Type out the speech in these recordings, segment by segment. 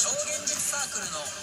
超現実サークルの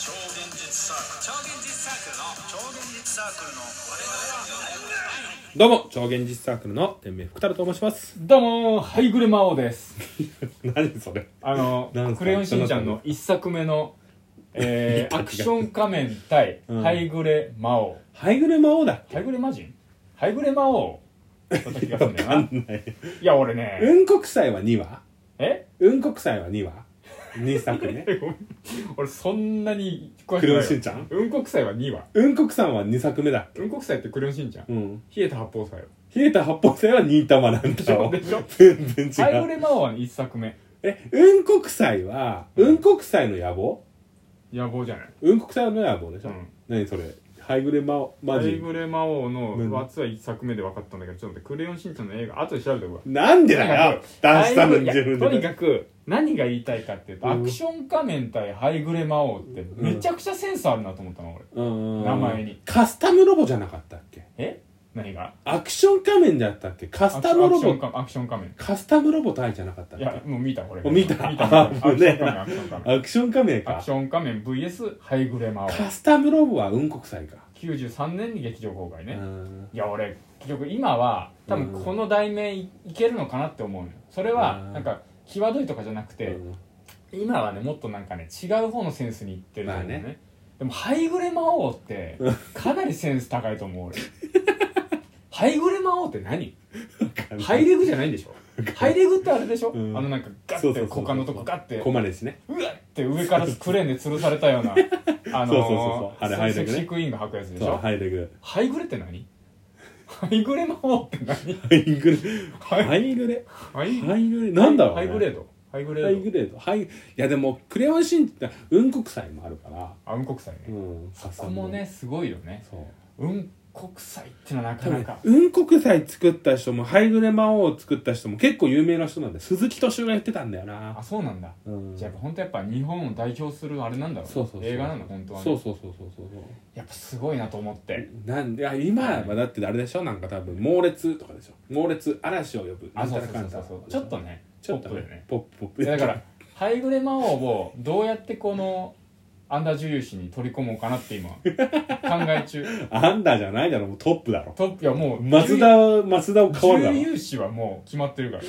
どうも超現実サークルの天命福太郎と申します。 どうもハイグレ魔王です。 何それ。 クレヨンしんちゃんの一作目の、アクション仮面対ハイグレ魔王、 ハイグレ魔王だっけ。 ハイグレ魔人、ハイグレ魔王だった気がするんだよな。いや俺ね、 国祭は2話、国祭は2話2作ね。 俺そんなに詳しくないよ。 クレヨンしんちゃん国祭は2話、 国さんは2作目だっけ。 国祭ってクレヨンしんちゃん、冷えた八方斎よ。 冷えた八方斎は新玉なんだよ。 でしょ全然違う。 ハイグレ魔王は1作目。 国祭は国祭の野望、 野望じゃない。 国祭の野望でしょ、何それ。ハイグレ魔王ハイグレ魔王の枠は1作目で分かったんだけど、ちょっと待って、クレヨンしんちゃんの映画後で調べておくわ。 なんでだよ、出したのに自分で。 とにかく何が言いたいかっていうと、アクション仮面対ハイグレ魔王ってめちゃくちゃセンスあるなと思ったの俺、名前に。 カスタムロボじゃなかったっけ。 何がアクション仮面だったっけ。カスタムロボ、 アクション仮面、 カスタムロボ対じゃなかったっけ。 いやもう見たこれ。 見たアクション仮面か。 アクション仮面 VS ハイグレ魔王。 カスタムロボは国祭か。 93年に劇場公開ね。いや俺結局今は多分この題名いけるのかなって思うよ。それはなんか際どいとかじゃなくて、今はねもっとなんかね違う方のセンスにいってると思うね。でもハイグレ魔王ってかなりセンス高いと思う俺。ハイグレ魔王って何？ハイレグじゃないんでしょ。ハイレグってあれでしょ、なんかガッて股間のとこガッてコマですね。 うわって上からクレーンで吊るされたようなあれハイレグね。 セクシークイーンが履くやつでしょ。 ハイレグ。 ハイグレって何？ハイグレ魔王って何？ ハイグレなんだろうね。 ハイグレードいやでもクレヨンしんちゃん雲国祭もあるから。 雲国祭ね。そこもねすごいよね。雲国祭ってのはなかなか。 雲国祭作った人もハイグレ魔王を作った人も結構有名な人なんで、鈴木敏夫がやってたんだよな。 あ、そうなんだ。じゃあ本当やっぱ日本を代表するあれなんだろう。映画なんだ本当はね。そうやっぱすごいなと思って。 なんで今はだってあれでしょ、なんか多分猛烈とかでしょ。猛烈嵐を呼ぶ。 そうちょっとねポップでね。 ポップだからハイグレ魔王をどうやってこのアンダー重視に取り込もうかなって今考え中。 アンダーじゃないだろ、もうトップだろ。 トップ。いやもう松田を変わるだろ。 重優視はもう決まってるから。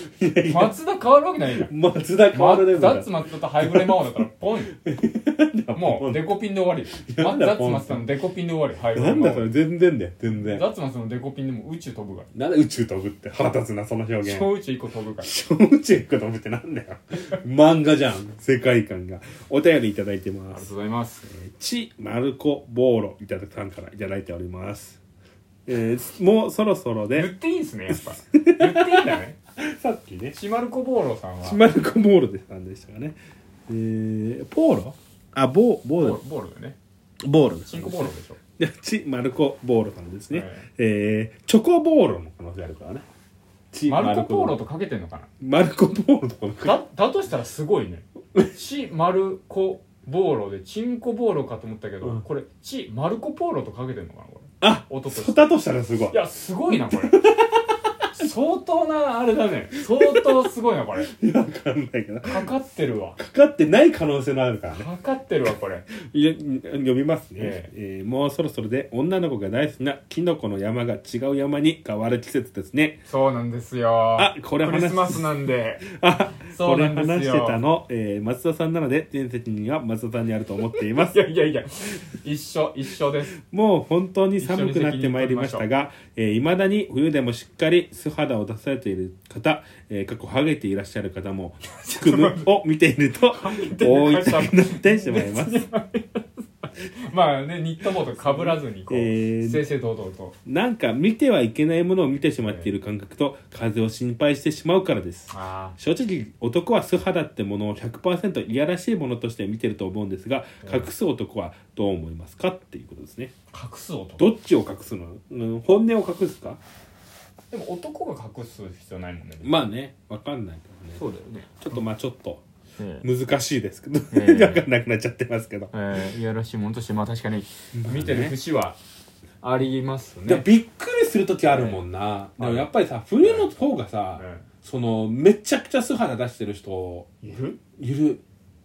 松田変わるわけないじゃん。 松田変わるレベルだ。 ザッツ松田とハイグレ魔王だったらポン。もうデコピンで終わり。ザッツ松田のデコピンで終わり。ハイグレ魔王。 なんだそれ、全然だよ全然。 ザッツ松田のデコピンでも宇宙飛ぶから。 なんで宇宙飛ぶって腹立つなその表現。 小宇宙1個飛ぶから。 小宇宙1個飛ぶってなんだよ。漫画じゃん世界観が。お便りいただいてます。 ありがとうございます。 ちまるこボーロいただくさんからいただいております。もうそろそろで言っていいんすね、やっぱ言っていいんだね。 さっきね、 ちまるこボーロさんはちまるこボーロでさんでしたかね。ポーロ、ボーロだね。 ボーロです。 チンコボーロでしょ。 ちまるこボーロさんですね。チョコボーロの可能性あるからね。 マルコポーロとかけてんのかな。 マルコポーロとかだとしたらすごいね。ちまるこボーロでチンコボーロかと思ったけど、これちマルコポーロとかけてんのかなこれ。音として。 だとしたらすごい。 いやすごいなこれ。相当なあれだね。相当すごいなこれ。 わかんないけど。 かかってるわ。 かかってない可能性のあるからね。 かかってるわこれ。 読みますね。もうそろそろで女の子が大好きなキノコの山が違う山に変わる季節ですね。 そうなんですよ。 これクリスマスなんで。 これ話してたの、松田さんなので全責任は松田さんにあると思っています。 いや一緒です。 もう本当に寒くなってまいりましたが、未だに冬でもしっかり素肌を出されている方、過去ハゲていらっしゃる方も組むを見ていると大痛くなってしまいます。 まあね、ニット帽とか被らずにこう、正々堂々となんか見てはいけないものを見てしまっている感覚と風邪を心配してしまうからです。正直男は素肌ってものを 100% いやらしいものとして見てると思うんですが、隠す男はどう思いますかっていうことですね。 隠す男、 どっちを隠すの？本音を隠すか？ でも男が隠す必要ないもんね。 まあね、わかんないけどね。 そうだよね。 ちょっと難しいですけど、分かんなくなっちゃってますけど、 いやらしいものとしてまあ確かに見てる節はありますね。 びっくりする時あるもんな。でもやっぱりさ、冬の方がさ、そのめちゃくちゃ素肌出してる人いる。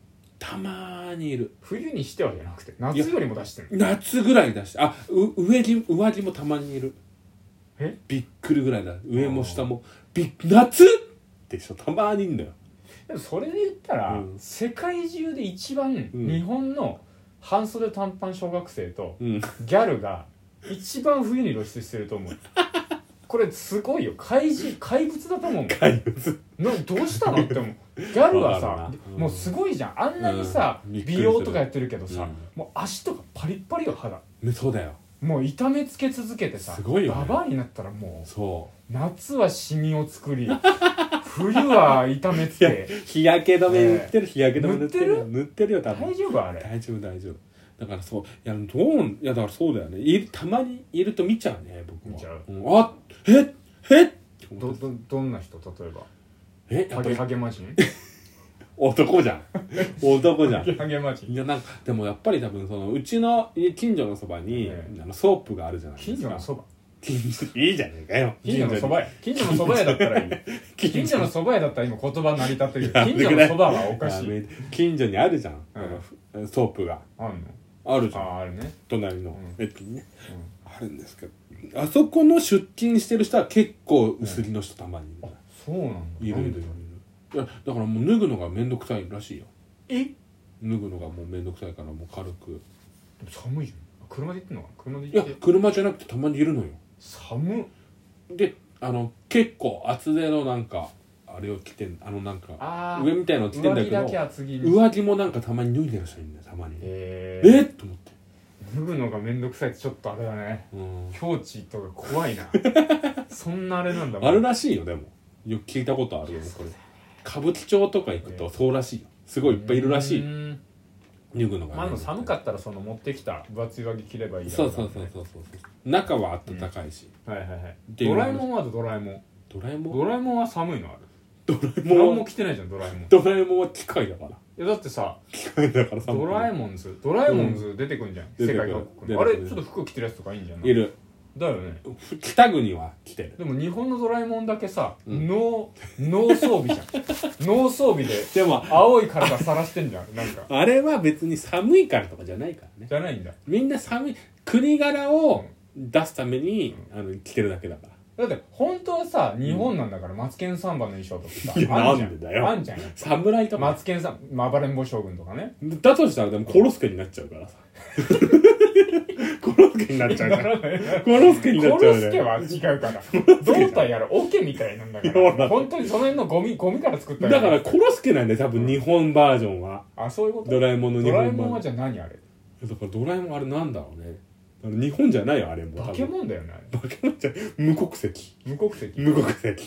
たまにいる。 冬にしてはじゃなくて夏よりも出してる。 夏ぐらい出して、上着もたまにいる。びっくりぐらいだ。上も下も夏って人たまにいんだよ。 でもそれで言ったら、世界中で一番日本の半袖短パン小学生とギャルが一番冬に露出してると思う。これすごいよ。怪物だと思う。 怪物どうしたのって思う。ギャルはさ、もうすごいじゃん。あんなにさ、美容とかやってるけどさ、もう足とかパリッパリよ、肌。 そうだよ。 もう痛めつけ続けてさ、 すごいよね。 ババアになったらもう、 そう。 夏はシミを作り、冬は痛めつけ。 日焼け止め塗ってる、日焼け止め塗ってるよ、多分。 大丈夫あれ。 大丈夫。だからそう、いやだからそうだよね。たまにいると見ちゃうね、僕は。 見ちゃう。どんな人、例えば。ハゲマジン男じゃん。 ハゲマジン。 いやなんかでもやっぱり多分うちの近所のそばにソープがあるじゃないですか。 近所のそば。 いいじゃねえかよ。 近所のそば屋だったらいい。近所のそば屋だったら今言葉成り立ってるけど、近所のそばはおかしい。 近所にあるじゃん、ソープが。あるじゃん。 あるね。 隣の駅にね、あるんですけど、あそこの出勤してる人は結構薄着の人たまにいる。 そうなんだ。 いる。いやだからもう脱ぐのがめんどくさいらしいよ。脱ぐのがもうめんどくさいからもう軽く。 寒いじゃん。車で行ってんのかな。車で行って。いや車じゃなくてたまにいるのよ。 寒っ。 で結構厚手のなんかあれを着てん、なんか上みたいなの着てんだけど、上着もなんかたまに脱いでる人いるんだよ、たまに。と思って脱ぐのがめんどくさいってちょっとあれだね。境地とか怖いな。そんなあれなんだもん。 あるらしいよ。でもよく聞いたことあるよね、これ。歌舞伎町とか行くとそうらしいよ。すごいいっぱいいるらしい。脱ぐのが。 寒かったら持ってきた分厚い上着着ればいい。 そう。中は暖かいし。 ドラえもんはドラえもんは寒いのある。 ドラえもんも着てないじゃん。ドラえもんは機械だから。 いやだってさ、 機械だからドラえもんズ出てくんじゃん。世界各国のあれちょっと服着てるやつとかいいんじゃん。 いる。 だよね。 北国は着てる。 でも日本のドラえもんだけさ、ノー装備じゃん。ノー装備ででも青い体さらしてんじゃん。なんかあれは別に寒いからとかじゃないからね。 じゃないんだ。 みんな国柄を出すために着てるだけだから。 だって本当はさ、日本なんだからマツケンサンバの衣装とかさ、 なんでだよ。 あんじゃん。 侍とかマツケンサンバ、暴れん坊将軍とかね。 だとしたらでもコロスケになっちゃうからさ。コロスケになっちゃうから。コロスケになっちゃうね。 コロスケは違うから。胴体やらオケみたいなんだから。本当にその辺のゴミから作っただからコロスケなんだよ、多分日本バージョンは。 そういうこと。 ドラえもんの日本バージョン。 ドラえもんはじゃあ何あれ。 だからドラえもんあれなんだろうね。日本じゃないよ、あれも。 化け物だよね、あれ。 化け物じゃ無国籍。 無国籍料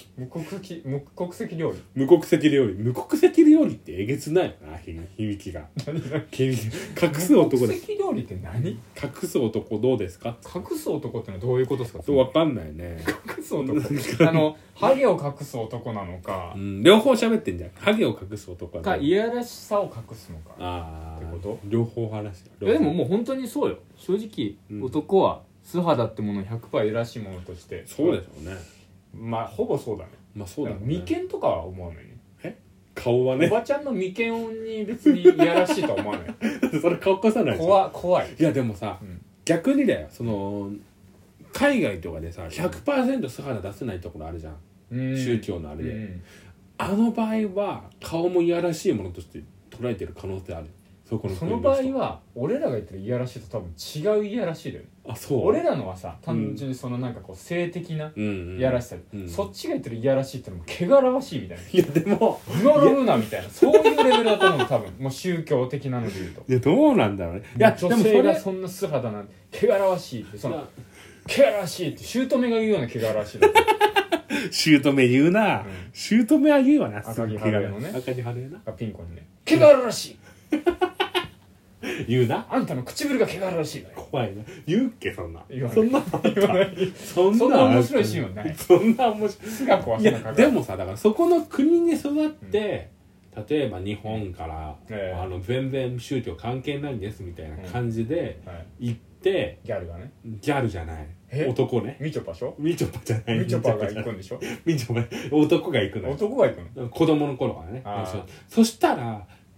理。 無国籍料理ってえげつないよな、響きが。隠す男無国籍料理って何？ 隠す男どうですか？ 隠す男ってのはどういうことですか？ 分かんないね。 隠す男ハゲを隠す男なのか、 両方喋ってんじゃん。ハゲを隠す男かいやらしさを隠すのかってこと？ 両方話してる。 でももう本当にそうよ。正直、男は素肌ってものを 100% いやらしいものとしてそうでしょうね。 まあほぼそうだね。 まあそうだね。 眉間とかは思わないね。 顔はね。 おばちゃんの眉間に別にいやらしいとは思わない。 それ顔かさないじゃん。 怖い。 いやでもさ、逆にだよ。海外とかでさ 100% 素肌出せないところあるじゃん。宗教のあれで。あの場合は顔もいやらしいものとして捉えてる可能性ある。その場合は俺らが言ってるいやらしいと多分違ういやらしいだよね。俺らのはさ、単純になんかこう性的ないやらしさ、そっちが言ってるいやらしいってのも汚らわしいみたいな。 いやでも呪うなみたいな、そういうレベルだと思う。多分もう宗教的なので言うと。 いやどうなんだろうね。いや女性がそんな素肌なんて汚らわしいって、汚らわしいって姑が言うような汚らわしいだ姑言うな。姑は言うわな。 赤木春江のね。 赤木春江な。 ピン子にね。汚らわしい。 言うな。 あんたの唇が汚らわしいのよ。 怖いな。言うっけそんな。 そんな面白いシーンはない。 そんな面白い。 すが怖さのかかる。 でもさ、だからそこの国に育って、例えば日本から全然宗教関係ないんですみたいな感じで行ってギャルがね。 ギャルじゃない。男ね。 みちょぱしょ？ みちょぱじゃない。 みちょぱが行くんでしょ？ みちょぱ男が行くの。 男が行くの？ 子供の頃はね。そしたら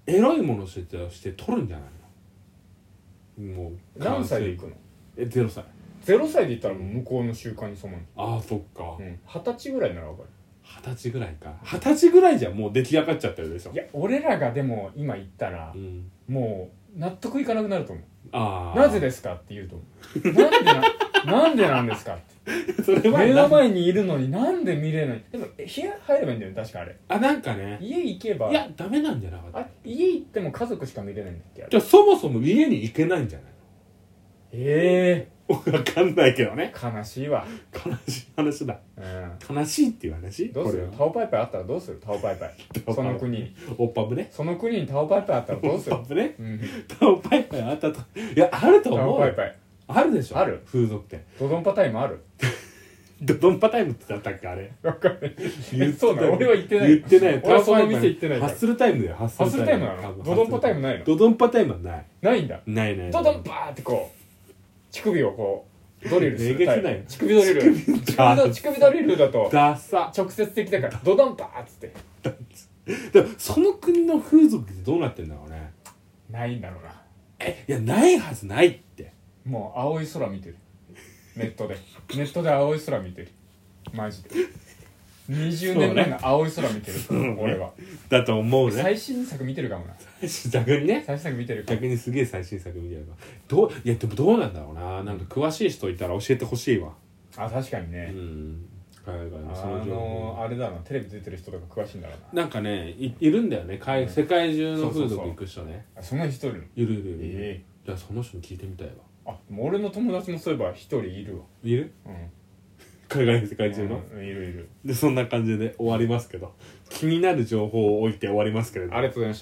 エロいものとして撮るんじゃないの？もう何歳で行くの ？0歳。 0歳で行ったらもう向こうの習慣に染まる。 ああそっか、 20歳ぐらいなら分かる。 20歳ぐらいか。20歳ぐらいじゃもう出来上がっちゃってるでしょ。 いや俺らがでも今言ったら、もう納得いかなくなると思う。なぜですかって言うと思う。なんでなんですかってそれは目の前にいるのになんで見れない。でも部屋入ればいいんだよね確かあれ。 なんかね、 家行けば。 いやダメなんじゃなかった？ 家行っても家族しか見れないんだっけ。 じゃあそもそも家に行けないんじゃないの？分かんないけどね。 悲しいわ。 悲しい話だ、悲しいっていう話。 どうする？タオパイパイあったらどうする？タオパイパイその国にオッパブね。 その国にタオパイパイあったらどうする？ オッパブね、タオパイパイあったと。いやあると思う。 タオパイパイあるでしょ。 ある。 風俗店ドドンパタイムある。 ドドンパタイムってだったっけあれ。 分かんないそうなの。俺は言ってない。 言ってない。 俺はその店行ってない。 ハッスルタイムだよ。ハッスルタイムなの？ドドンパタイムないの？ ドドンパタイムはない。 ないんだ。 ないドドンパーってこう乳首をこうドリルするタイプ。乳首ドリル。乳首ドリルだとダサ直接的だからドドンパーっつってでもその国の風俗ってどうなってんだろうね。 ないんだろうな。 いやないはずないって。 もう青い空見てる。ネットで青い空見てる。マジで20年前の青い空見てる、俺は。 だと思うね。 最新作見てるかもな。 逆にね。 最新作見てるかも。 逆にすげえ最新作見てるかいやでもどうなんだろうな。なんか詳しい人いたら教えてほしいわ。 確かにね。あれだな、テレビ出てる人とか詳しいんだろうな。 なんかね いるんだよね。世界中の風俗行く人ね。 そんな人いるの？ いる。じゃあその人に聞いてみたいわ。 もう俺の友達もそういえば一人いるわ。 いる？海外の世界中の、 いる。 でそんな感じで終わりますけど、気になる情報を置いて終わりますけれども、 ありがとうございました。